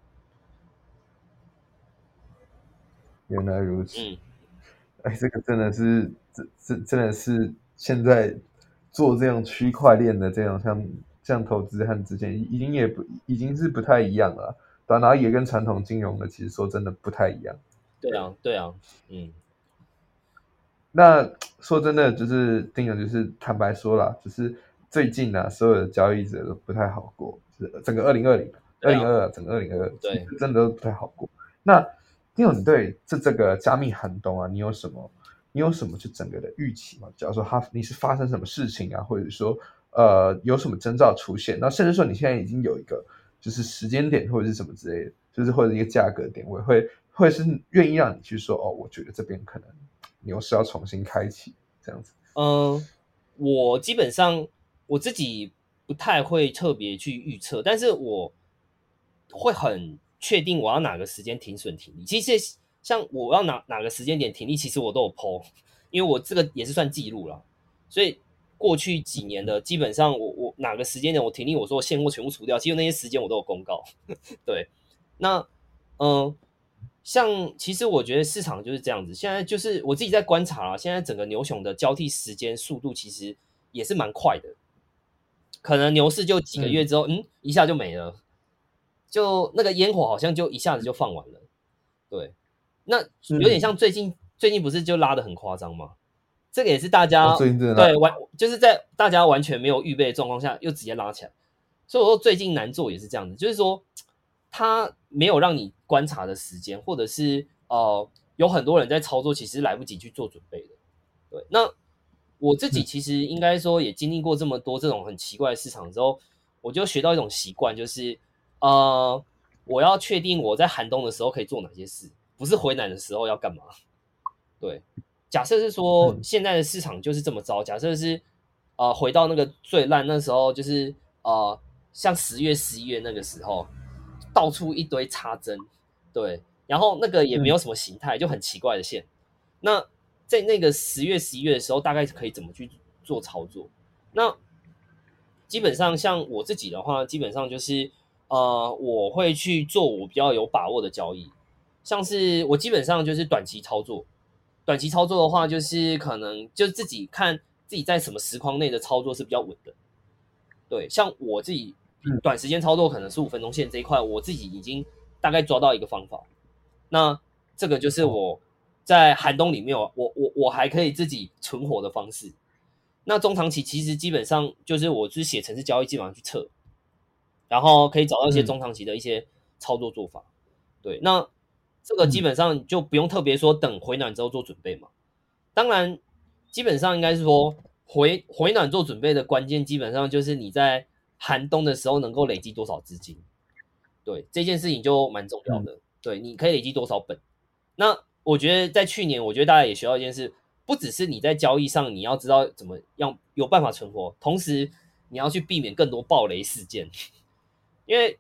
原来如此， 嗯， 哎，这个真的是，这这真的是现在做这样区块链的这样像这样投资和之前已经也不已经是不太一样了，然后也跟传统金融的其实说真的不太一样。 对啊，对啊，嗯。 那说真的，就是丁勇，就是坦白说啦，就是最近啊，所有的交易者都不太好过，就是整个二零二零、二零二二，整个二零二二， 对， 真的都不太好过。那丁勇，你对这这个加密寒冬啊，你有什么，你有什么就整个的预期吗？假如说它你是发生什么事情啊，或者说呃有什么征兆出现，那甚至说你现在已经有一个就是时间点或者是什么之类的，就是或者一个价格点位，会会是愿意让你去说哦，我觉得这边可能。牛市要重新开启，这样子。 嗯、呃，我基本上我自己不太会特别去预测，但是我会很确定我要哪个时间停损停利。其实像我要哪哪个时间点停利，其实我都有 po， 因为我这个也是算记录啦。所以过去几年的基本上我我哪个时间点我停利，我说我现货全部除掉，其实那些时间我都有公告。对，那嗯。呃像其实我觉得市场就是这样子，现在就是我自己在观察啦，现在整个牛熊的交替时间速度其实也是蛮快的，可能牛市就几个月之后，嗯，嗯一下就没了，就那个烟火好像就一下子就放完了，对，那有点像最近、嗯、最近不是就拉得很夸张吗？这个也是大家、 哦、最近真的对完就是在大家完全没有预备的状况下又直接拉起来，所以我说最近难做也是这样子，就是说它没有让你观察的时间，或者是呃有很多人在操作，其实来不及去做准备的。对，那我自己其实应该说也经历过这么多这种很奇怪的市场之后，我就学到一种习惯，就是呃我要确定我在寒冬的时候可以做哪些事，不是回暖的时候要干嘛。对，假设是说现在的市场就是这么糟，假设是呃回到那个最烂那时候，就是呃像十月、十一月那个时候，到处一堆插针，对，然后那个也没有什么形态，就很奇怪的线。那在那个十月、十一月的时候，大概可以怎么去做操作？那基本上像我自己的话，基本上就是呃我会去做我比较有把握的交易，像是我基本上就是短期操作。短期操作的话，就是可能就自己看自己在什么时框内的操作是比较稳的。对，像我自己短时间操作可能十五分钟线这一块，我自己已经大概抓到一个方法。那这个就是我在寒冬里面，我我我还可以自己存活的方式。那中长期其实基本上就是我是写程式交易，基本上去测，然后可以找到一些中长期的一些操作做法。对，那这个基本上就不用特别说等回暖之后做准备嘛。当然，基本上应该是说回回暖做准备的关键，基本上就是你在寒冬的时候能够累积多少资金。对，这件事情就蛮重要的。嗯、对，你可以累积多少本。那我觉得在去年，我觉得大家也学到一件事，不只是你在交易上你要知道怎么样有办法存活，同时你要去避免更多暴雷事件，因为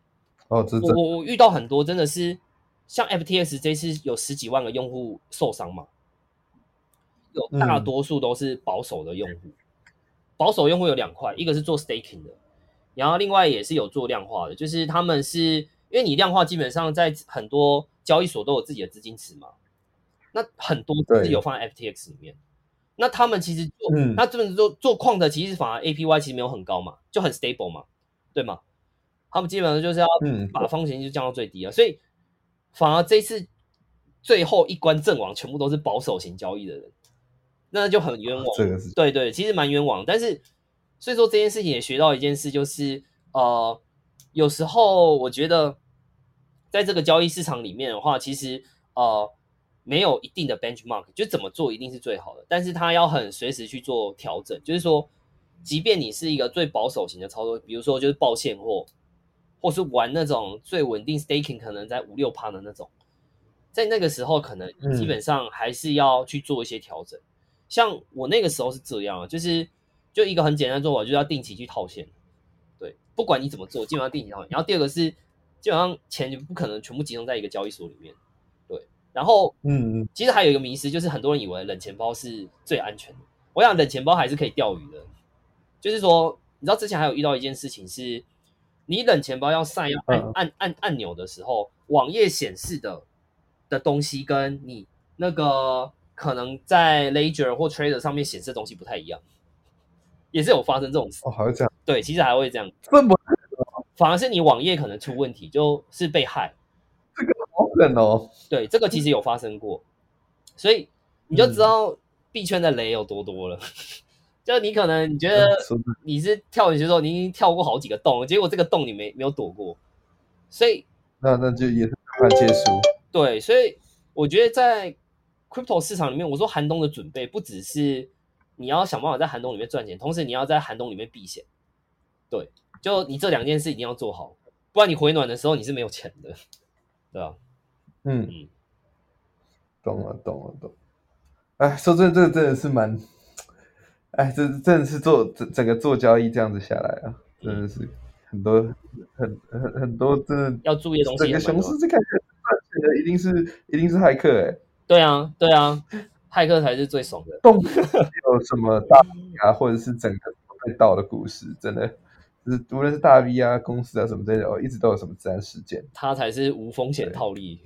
哦，这我我我遇到很多真的是像 F T X 这次有十几万个用户受伤嘛，有大多数都是保守的用户。嗯、保守用户有两块，一个是做 staking 的，然后另外也是有做量化的，就是他们是因为你量化基本上在很多交易所都有自己的资金池嘛，那很多是有放在 F T X 里面。那他们其实做，嗯、那这么做做矿的，其实反而 A P Y 其实没有很高嘛，就很 stable 嘛，对吗？他们基本上就是要把风险就降到最低啊，嗯、所以反而这次最后一关阵亡全部都是保守型交易的人，那就很冤枉。 这个是对对，其实蛮冤枉。但是所以说这件事情也学到一件事，就是呃，有时候我觉得在这个交易市场里面的话，其实呃没有一定的 benchmark， 就怎么做一定是最好的，但是他要很随时去做调整，就是说，即便你是一个最保守型的操作，比如说就是报现货，或是玩那种最稳定 staking 可能在五六趴的那种，在那个时候可能基本上还是要去做一些调整。嗯、像我那个时候是这样，就是就一个很简单的做法，就是要定期去套现。对，不管你怎么做，基本上定期套现。然后第二个是，基本上钱就不可能全部集中在一个交易所里面。对，然后嗯嗯，其实还有一个迷思，就是很多人以为冷钱包是最安全的。我想冷钱包还是可以钓鱼的，就是说，你知道之前还有遇到一件事情是，你冷钱包要晒要按、嗯、按按按钮的时候，网页显示的的东西跟你那个可能在 Ledger 或 Trader 上面显示的东西不太一样，也是有发生这种事。 哦，还会这样？ 对，其实还会这样。 这么反而是你网页可能出问题，就是被害。 这个好狠哦。 对，这个其实有发生过，所以你就知道币圈的雷有多多了。嗯、就你可能你觉得你是跳进去的时候，你已经跳过好几个洞，结果这个洞你没没有躲过，所以那那就也是慢慢结束。 对，所以我觉得在 crypto 市场里面，我说寒冬的准备不只是你要想办法在寒冬里面赚钱，同时你要在寒冬里面避险。对，就你这两件事一定要做好，不然你回暖的时候你是没有钱的，对吧？ 嗯嗯，懂了懂了懂了。哎，说真的，这个真的是蛮，哎，这真的是做整整个做交易这样子下来啊，真的是很多很很很多真的要注意的东西。 整个熊市这看起来赚钱的一定是一定是骇客哎、欸。 对啊对啊，骇客才是最爽的。 动有什么大 V 啊，或者是整个被盗的故事，真的就是无论是大 V 啊、公司啊什么这种，一直都有什么自然事件， 它才是无风险套利。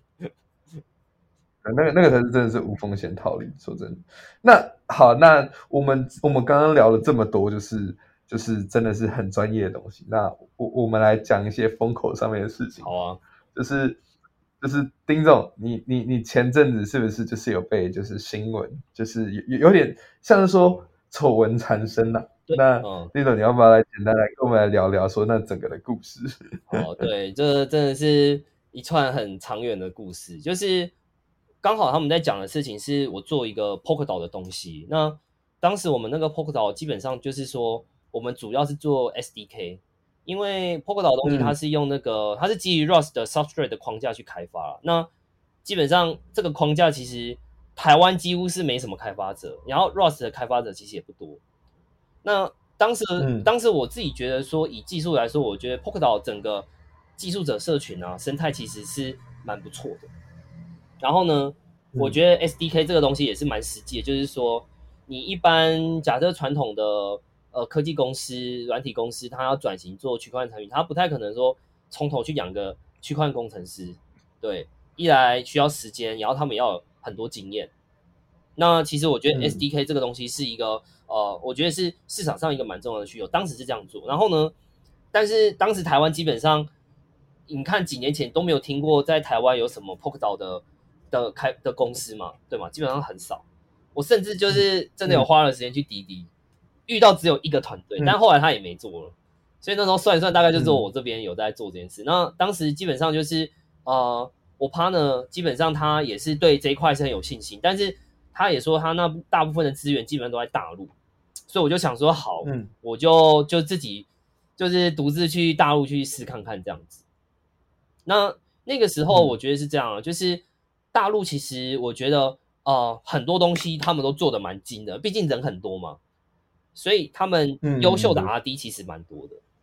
那个那个才是真的是无风险套利。说真的，那好，那我们我们刚刚聊了这么多，就是就是真的是很专业的东西。那我我们来讲一些风口上面的事情。 好啊， 就是就是丁总，你你你前阵子是不是就是有被就是新闻，就是有有点像是说丑闻缠身呐、啊？那丁总、嗯，你要不要来简单来跟我们来聊聊说那整个的故事？ 好，对，这真的是一串很长远的故事，就是刚好他们在讲的事情是我做一个 Polkadot 的东西。那当时我们那个 Polkadot 基本上就是说，我们主要是做 S D K， 因为 Polkadot 的东西它是用那个、嗯、它是基于 Rust 的 Substrate 的框架去开发。那基本上这个框架其实台湾几乎是没什么开发者，然后 Rust 的开发者其实也不多。那当时、嗯、当时我自己觉得说，以技术来说，我觉得 Polkadot 整个技术者社群啊生态其实是蛮不错的。然后呢，我觉得 S D K 这个东西也是蛮实际的，就是说，你一般假设传统的呃科技公司、软体公司，它要转型做区块链产品，它不太可能说从头去养个区块链工程师。对，一来需要时间，然后他们也要有很多经验。那其实我觉得 S D K 这个东西是一个、嗯、呃，我觉得是市场上一个蛮重要的需求，当时是这样做。然后呢，但是当时台湾基本上，你看几年前都没有听过在台湾有什么 Polkadot 的的开的公司嘛，对吗？基本上很少。我甚至就是真的有花了时间去滴滴，嗯、遇到只有一个团队，但后来他也没做了。所以那时候算一算，大概就是我这边有在做这件事。嗯、那当时基本上就是呃，我 partner 基本上他也是对这一块是很有信心，但是他也说他那大部分的资源基本上都在大陆，所以我就想说好，嗯、我就就自己就是独自去大陆去试看看这样子。那那个时候我觉得是这样，嗯、就是大陆其实我觉得呃很多东西他们都做得蛮精的，毕竟人很多嘛，所以他们优秀的 R D 其实蛮多的。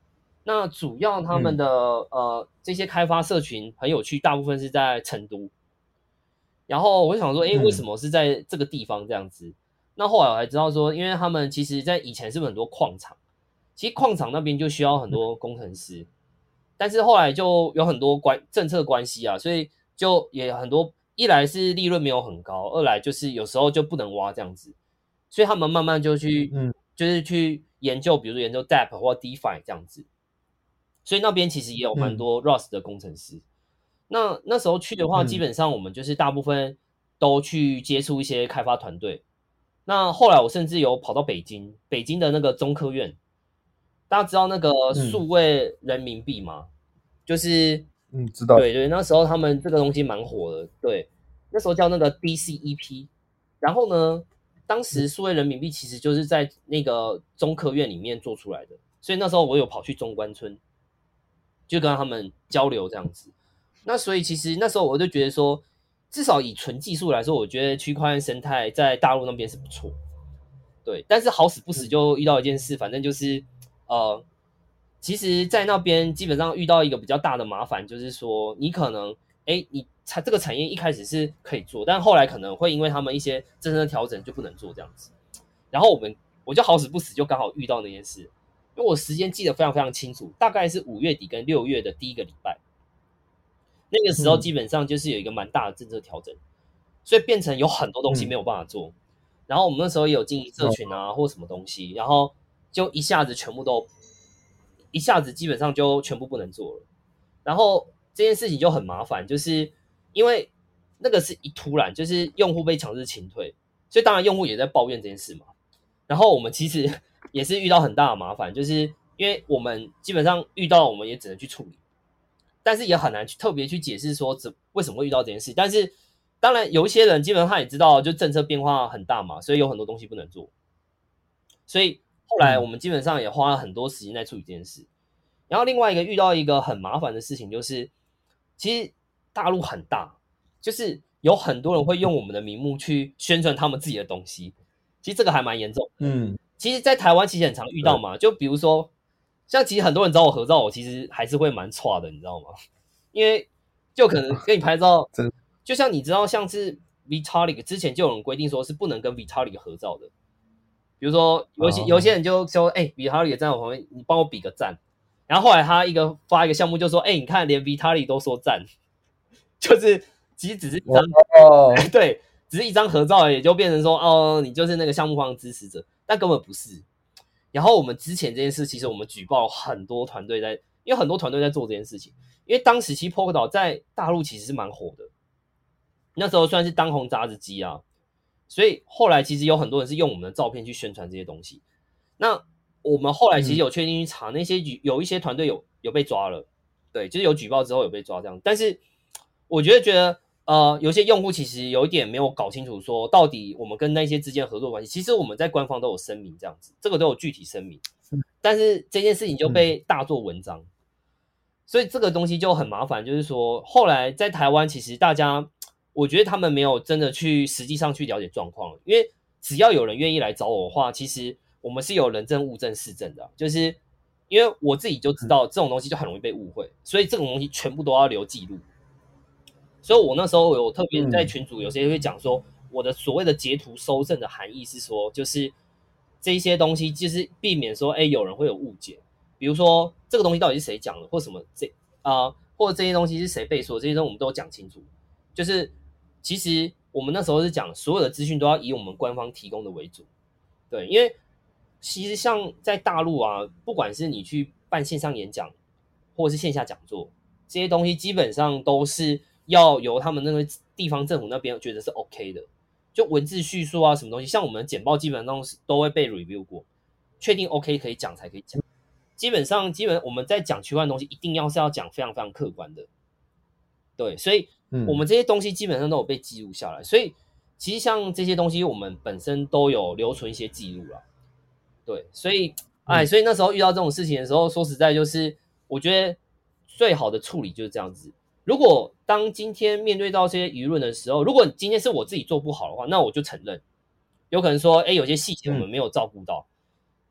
那主要他们的、嗯、呃这些开发社群很有趣，大部分是在成都。然后我就想说，哎，为什么是在这个地方这样子？嗯、那后来我才知道说，因为他们其实在以前是不是很多矿场，其实矿场那边就需要很多工程师，嗯、但是后来就有很多关政策关系啊，所以就也很多，一来是利润没有很高，二来就是有时候就不能挖这样子，所以他们慢慢就去，嗯，就是去研究，比如说研究 D App 或 DeFi 这样子，所以那边其实也有蛮多 Rust 的工程师。嗯、那那时候去的话，基本上我们就是大部分都去接触一些开发团队。那后来我甚至有跑到北京，北京的那个中科院，大家知道那个数位人民币吗？嗯、就是嗯，知道。 对对，那时候他们这个东西蛮火的，对，那时候叫那个 D C E P。然后呢，当时数位人民币其实就是在那个中科院里面做出来的，所以那时候我有跑去中关村，就跟他们交流这样子。那所以其实那时候我就觉得说，至少以纯技术来说，我觉得区块链生态在大陆那边是不错。对，但是好死不死就遇到一件事，反正就是呃，其实，在那边基本上遇到一个比较大的麻烦，就是说你可能，哎，你这个产业一开始是可以做，但后来可能会因为他们一些政策调整就不能做这样子。然后我们我就好死不死就刚好遇到那件事，因为我时间记得非常非常清楚，大概是五月底跟六月的第一个礼拜，那个时候基本上就是有一个蛮大的政策调整，所以变成有很多东西没有办法做。嗯、然后我们那时候也有经营社群啊，或什么东西，然后就一下子全部都，一下子基本上就全部不能做了。然后这件事情就很麻烦，就是因为那个是一突然，就是用户被强制清退，所以当然用户也在抱怨这件事嘛。然后我们其实也是遇到很大的麻烦，就是因为我们基本上遇到，我们也只能去处理，但是也很难去特别去解释说怎为什么会遇到这件事。但是当然有一些人基本上他也知道，就政策变化很大嘛，所以有很多东西不能做。所以后来我们基本上也花了很多时间在处理这件事。然后另外一个遇到一个很麻烦的事情，就是其实大陆很大，就是有很多人会用我们的名目去宣传他们自己的东西，其实这个还蛮严重的。嗯，其实，在台湾其实很常遇到嘛，就比如说，像其实很多人找我合照，我其实还是会蛮挫的，你知道吗？因为就可能跟你拍照，就像你知道，像是 Vitalik 之前就有人规定说是不能跟 Vitalik 合照的，比如说有些、oh. 有些人就说，哎、欸、，Vitalik 站在我旁边，你帮我比个赞。然后后来他一个发一个项目就说，哎、欸，你看连 Vitalik 都说赞，就是其实只是一张、oh. 对，只是一张合照而已，就变成说哦，你就是那个项目方的支持者，但根本不是。然后我们之前这件事，其实我们举报很多团队在，因为很多团队在做这件事情。因为当时其实 Polkadot 在大陆其实是蛮火的，那时候算是当红炸子鸡啊，所以后来其实有很多人是用我们的照片去宣传这些东西。那我们后来其实有确定去查，那些有一些团队有有被抓了，对，就是有举报之后有被抓这样。但是我觉得觉得呃，有些用户其实有一点没有搞清楚，说到底我们跟那些之间合作关系，其实我们在官方都有声明这样子，这个都有具体声明，但是这件事情就被大做文章。嗯，所以这个东西就很麻烦，就是说后来在台湾，其实大家我觉得他们没有真的去实际上去了解状况，因为只要有人愿意来找我的话，其实我们是有人证、物证、事证的，就是因为我自己就知道这种东西就很容易被误会，所以这种东西全部都要留记录。所以我那时候有特别在群组有些会讲说，我的所谓的截图收证的含义是说，就是这些东西就是避免说，哎，有人会有误解。比如说这个东西到底是谁讲的，或什么这啊、呃，或者这些东西是谁背书的，这些东西我们都讲清楚。就是其实我们那时候是讲所有的资讯都要以我们官方提供的为主，对，因为其实像在大陆啊，不管是你去办线上演讲，或者是线下讲座，这些东西基本上都是要由他们那个地方政府那边觉得是 OK 的，就文字叙述啊什么东西，像我们的简报基本上都会被 review 过，确定 OK 可以讲才可以讲。基本上，基本我们在讲区块的东西，一定要是要讲非常非常客观的，对，所以我们这些东西基本上都有被记录下来。嗯、所以其实像这些东西，我们本身都有留存一些记录啦。对，所以哎，所以那时候遇到这种事情的时候，说实在就是，我觉得最好的处理就是这样子。如果当今天面对到这些舆论的时候，如果今天是我自己做不好的话，那我就承认，有可能说，哎，有些细节我们没有照顾到。嗯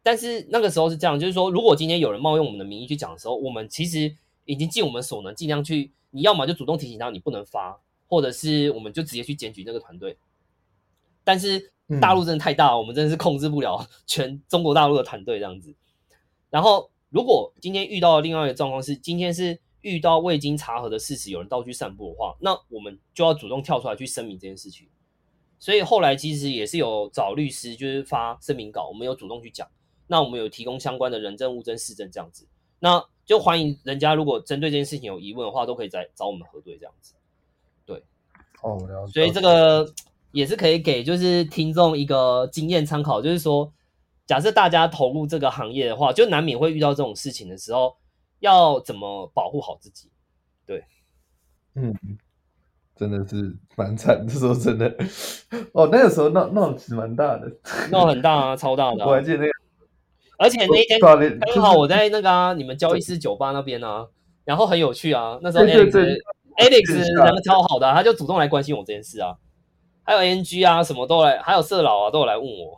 但是那个时候是这样，就是说，如果今天有人冒用我们的名义去讲的时候，我们其实已经尽我们所能，尽量去，你要么就主动提醒他你不能发，或者是我们就直接去检举那个团队。但是大陆真的太大了，我们真的是控制不了全中国大陆的团队这样子。然后，如果今天遇到的另外一个状况是，今天是遇到未经查核的事实，有人到处去散布的话，那我们就要主动跳出来去声明这件事情。所以后来其实也是有找律师，就是发声明稿，我们有主动去讲。那我们有提供相关的人证、物证、事证这样子。那就欢迎人家如果针对这件事情有疑问的话，都可以再找我们核对这样子。对， 哦，了解。 所以这个也是可以给就是听众一个经验参考，就是说，假设大家投入这个行业的话，就难免会遇到这种事情的时候，要怎么保护好自己？对， 嗯，真的是蛮惨的，说真的。哦，那个时候闹闹其实蛮大的， 闹很大啊，超大的、啊。 我还记得那个， 而且那天对啊连刚好我在那个、啊、你们交易室酒吧那边啊，然后很有趣啊。那时候 Alex 对对对 Alex 人超好的、啊，他就主动来关心我这件事啊。还有 A N G 啊，什么都来，还有社老啊，都有来问我。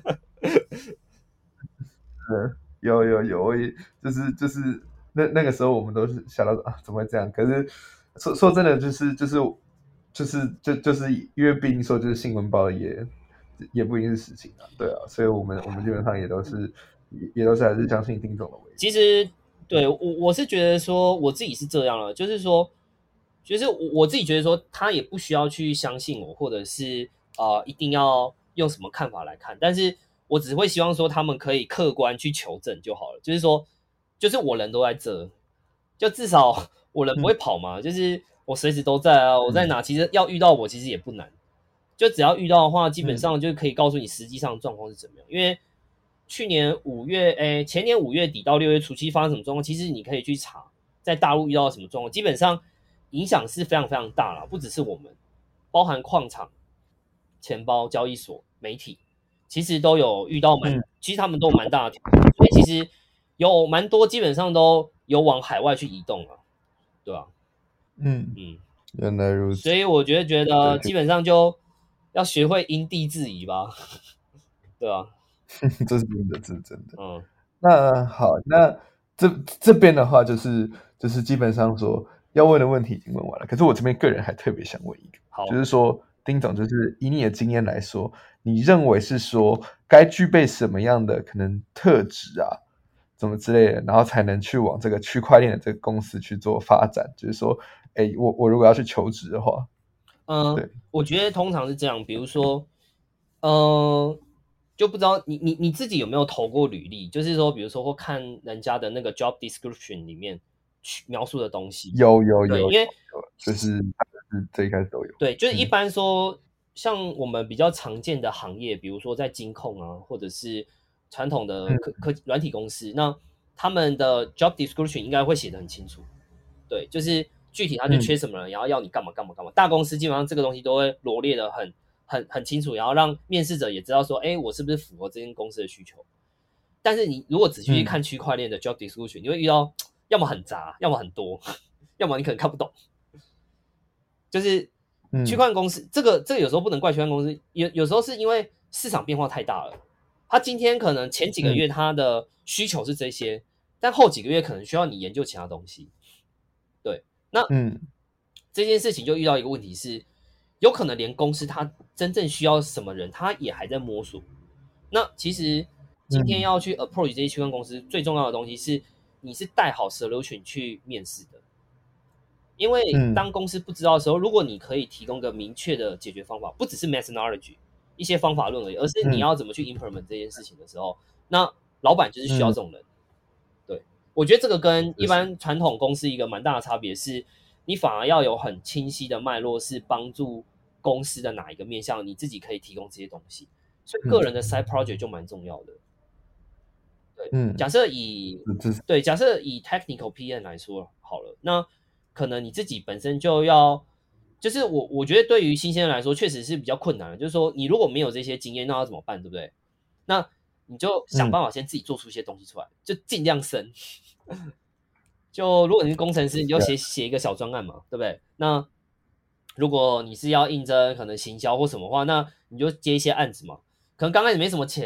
嗯，有有有，我也就是就是那那个时候我们都是想到啊，怎么会这样？可是说说真的，就是就是就是就就是因为毕竟说就是新闻报的也也不一定是实情啊，对啊，所以我们我们基本上也都是也也都是还是相信听众的为主。 其实对我我是觉得说我自己是这样了，就是说，就是我我自己觉得说他也不需要去相信我，或者是呃一定要用什么看法来看，但是我只会希望说他们可以客观去求证就好了，就是说，就是我人都在这，就至少我人不会跑嘛，嗯、就是我随时都在啊，我在哪，其实要遇到我其实也不难，就只要遇到的话，基本上就可以告诉你实际上的状况是怎么样，因为。去年五月，诶，前年五月底到六月初期发生什么状况？其实你可以去查，在大陆遇到什么状况，基本上影响是非常非常大了，不只是我们，包含矿场、钱包、交易所、媒体，其实都有遇到蛮，嗯、其实他们都有蛮大的挑战，所以其实有蛮多基本上都有往海外去移动了，对吧、啊？ 嗯嗯，原来如此。 所以我觉得觉得基本上就要学会因地制宜吧，对吧、啊？ 这是真的，这是真的。 嗯， 那好，那这这边的话，就是就是基本上说要问的问题已经问完了。可是我这边个人还特别想问一个， 好， 就是说丁总，就是以你的经验来说，你认为是说该具备什么样的可能特质啊，怎么之类的，然后才能去往这个区块链的这个公司去做发展？就是说，哎，我我如果要去求职的话， 嗯，对，我觉得通常是这样，比如说，呃。就不知道你你你自己有没有投过履历？就是说，比如说或看人家的那个 job description 里面描述的东西。 有有有， 因为就是这一开始都有。 对，就是一般说，嗯、像我们比较常见的行业，比如说在金控啊，或者是传统的科科软体公司，那他们的 job description 应该会写得很清楚。对，就是具体他就缺什么人，然后要你干嘛干嘛干嘛。大公司基本上这个东西都会罗列的很。很很清楚，然后让面试者也知道说，哎，我是不是符合这间公司的需求？但是你如果仔细去看区块链的 job description，、嗯、你会遇到要么很杂，要么很多，要么你可能看不懂。就是区块链公司、嗯、这个这个有时候不能怪区块链公司，有有时候是因为市场变化太大了。他今天可能前几个月他的需求是这些，嗯、但后几个月可能需要你研究其他东西。对，那嗯，这件事情就遇到一个问题是。有可能连公司它真正需要什么人，它也还在摸索。那其实今天要去 approach 这些区块公司，最重要的东西是你是带好 solution 去面试的。因为当公司不知道的时候，如果你可以提供个明确的解决方法，不只是 methodology 一些方法论而已，而是你要怎么去 implement 这件事情的时候，那老板就是需要这种人。对，我觉得这个跟一般传统公司一个蛮大的差别是。你反而要有很清晰的脉络，是帮助公司的哪一个面向，你自己可以提供这些东西。所以个人的 side project 就蛮重要的。对，嗯，假设以对假设以 technical P M 来说好了，那可能你自己本身就要，就是我我觉得对于新鲜人来说，确实是比较困难的。就是说，你如果没有这些经验，那要怎么办，对不对？那你就想办法先自己做出一些东西出来，嗯、就尽量生。就如果你是工程师，你就写写一个小专案嘛，对不对？那如果你是要应征可能行销或什么话，那你就接一些案子嘛。可能刚开始没什么钱，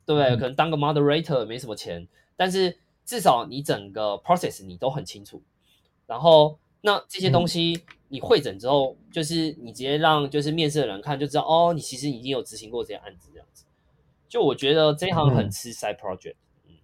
对不对？ 嗯可能当个 moderator 没什么钱，但是至少你整个 process 你都很清楚。然后那这些东嗯西你会诊之后，就是你直接让就是面试的人看就知道，哦，你其实已经有执行过这些案子这样子。就我觉得这一行很嗯吃 side project。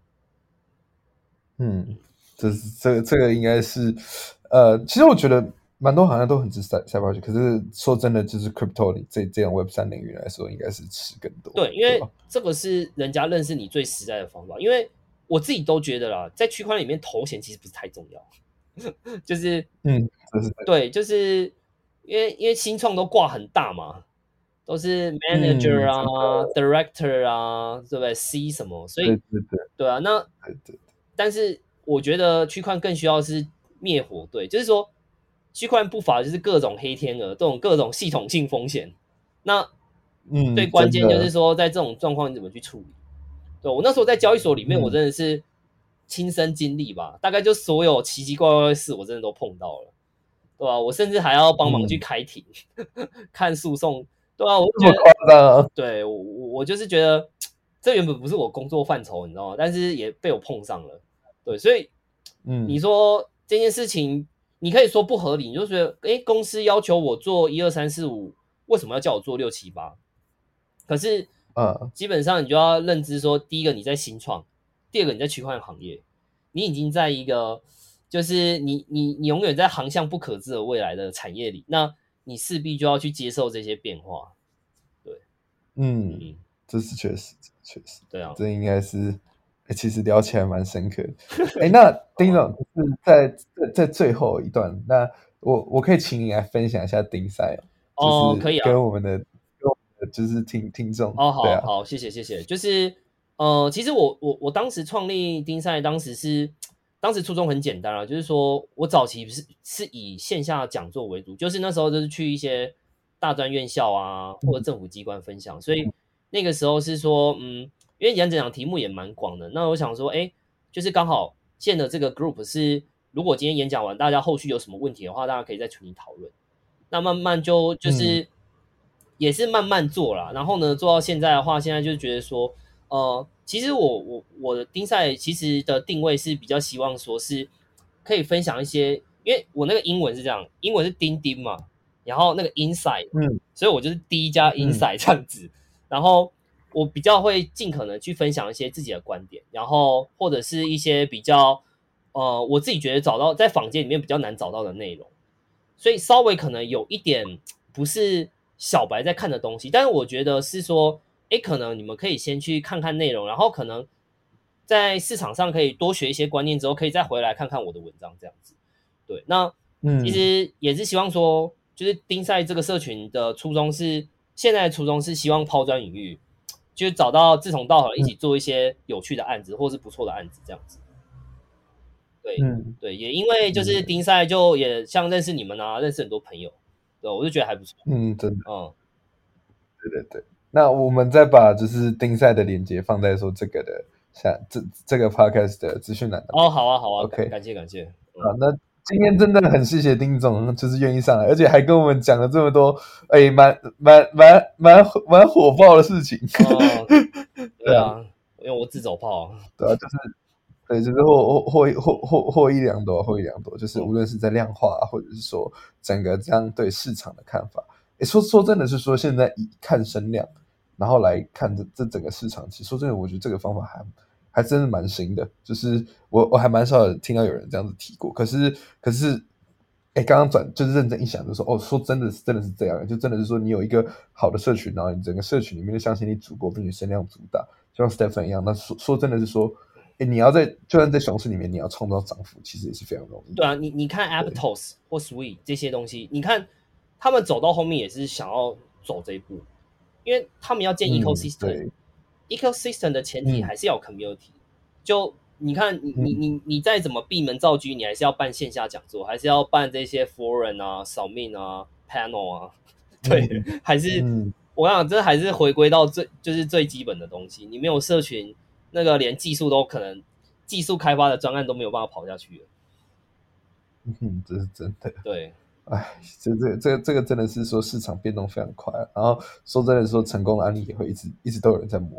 嗯，这是这个这个应该是，呃，其实我觉得蛮多行业都很吃 side side project，可是说真的，就是 crypto 里这这种 Web 三领域来说，应该是吃更多， 对，因为对吧？ 这个是人家认识你最实在的方法。因为我自己都觉得啦，在区块链里面头衔其实不是太重要，就是嗯，这是对，就是因为因为新创都挂很大嘛，都是 manager 嗯，真啊、 的， director 啊，对不对？C 什么，所以对对对对啊，那对对， 但是我觉得区块链更需要的是灭火队，就是说区块链不乏就是各种黑天鹅，这种各种系统性风险。那最嗯， 关键就是真的， 说，在这种状况你怎么去处理？对，我那时候在交易所里面，我嗯真的是亲身经历吧，大概就所有奇奇怪怪的事，我真的都碰到了，对吧、我甚至还要帮忙去嗯， 开庭、看诉讼，对啊，我就觉得， 这么夸张啊？ 对我我我就是觉得这原本不是我工作范畴，你知道吗？但是也被我碰上了，对，所以你嗯说这件事情，你可以说不合理，你就觉得，诶，公司要求我做一二三四五，为什么要叫我做六七八？可是啊基本上你就要认知说，第一个你在新创，第二个你在区块链行业，你已经在一个就是你你你永远在航向不可知的未来的产业里，那你势必就要去接受这些变化。对， 嗯， 嗯， 这是确实，确实， 对啊， 这应该是，诶其实聊起来蛮深刻的。哎，那丁总就是在在在最后一段，那我我可以请你来分享一下丁赛哦，就哦，可是以啊， 跟我们的跟我们的就是听听众， 哦， 对啊， 好好，谢谢谢谢。就是呃，其实我我我当时创立丁赛，当时是当时初衷很简单啊，就是说我早期是是以线下讲座为主，就是那时候就是去一些大专院校啊或者嗯政府机关分享，所以那个时候是说，嗯，因为演讲题目也蛮广的，那我想说，哎，就是刚好建的这个 group 是，如果今天演讲完，大家后续有什么问题的话，大家可以在群里讨论。那慢慢就就嗯是也是慢慢做啦，然后呢，做到现在的话，现在就觉得说，呃，其实我我我的丁赛其实的定位是比较希望说是可以分享一些，因为我那个英文是这样，英文是钉钉嘛，然后那个 inside， 嗯所以我就是 D 加嗯 inside 这样子，然后我比较会尽可能去分享一些自己的观点，然后或者是一些比较呃我自己觉得找到在坊间里面比较难找到的内容。所以稍微可能有一点不是小白在看的东西，但是我觉得是说，哎，可能你们可以先去看看内容，然后可能在市场上可以多学一些观念之后，可以再回来看看我的文章这样子。对，那其嗯实也是希望说，就是丁赛这个社群的初衷是，现在的初衷是希望抛砖引玉，就是找到志同道合，一嗯起做一些有趣的案子或是不错的案子这样子。对嗯对，也因为就是嗯丁赛，就也像认识你们啊，认识很多朋友，对，我就觉得还不错。 嗯，真的， 嗯， 对对对。那我们再把就是丁赛的链接放在说这个的下这这个 podcast 的资讯栏当哦， 中。 好啊，好啊，感 OK， 感谢感谢， 啊， 嗯， 那今天真的很谢谢丁总，就是愿意上来，而且还跟我们讲了这么多，哎，蛮蛮蛮蛮蛮火爆的事情。 哦， 对啊， 对啊，因为我自走炮啊， 对啊，就是对，就是获获获获获获益良多，获益良多。就是嗯， 无论是在量化，或者是说整个这样对市场的看法，诶，说说真的是说现在以看声量，然后来看这这整个市场，其实说真的，我觉得这个方法还还真的蛮新的。就是我我还蛮少听到有人这样子提过，可是可是。哎，刚刚转就是认真一想，就说哦，说真的是真的是这样，就真的是说你有一个好的社群，然后你整个社群里面的向心力足够，并且声量足大，就像 Stephen 一样。那说说真的是说，哎，你要在就算在熊市里面，你要创造涨幅，其实也是非常容易的。 对啊，你你看对， Aptos 或 Sweet 这些东西，你看他们走到后面也是想要走这一步，因为他们要建嗯， ecosystem，ecosystem 对， 的前提嗯还是要有 community。就你看，你你嗯你你再怎么闭门造车，你还是要办线下讲座，还是要办这些 forum 啊、扫命啊、panel 啊，对， 嗯还是嗯我想这还是回归到最就是最基本的东西。你没有社群，那个连技术都可能技术开发的专案都没有办法跑下去了。 嗯，这是真的。 对， 哎，这这这这个真的是说市场变动非常快，然后说真的说成功的案例也会一直一直都有人在模仿。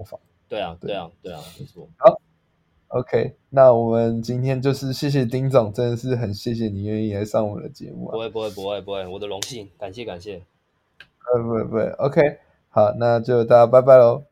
对啊， 对对啊，对啊，没错。 好，OK，那我们今天就是谢谢丁总，真的是很谢谢你愿意来上我们的节目啊。 不会，不会，不会，不会，我的荣幸，感谢，感谢。 呃，不不，OK，好，那就大家拜拜喽。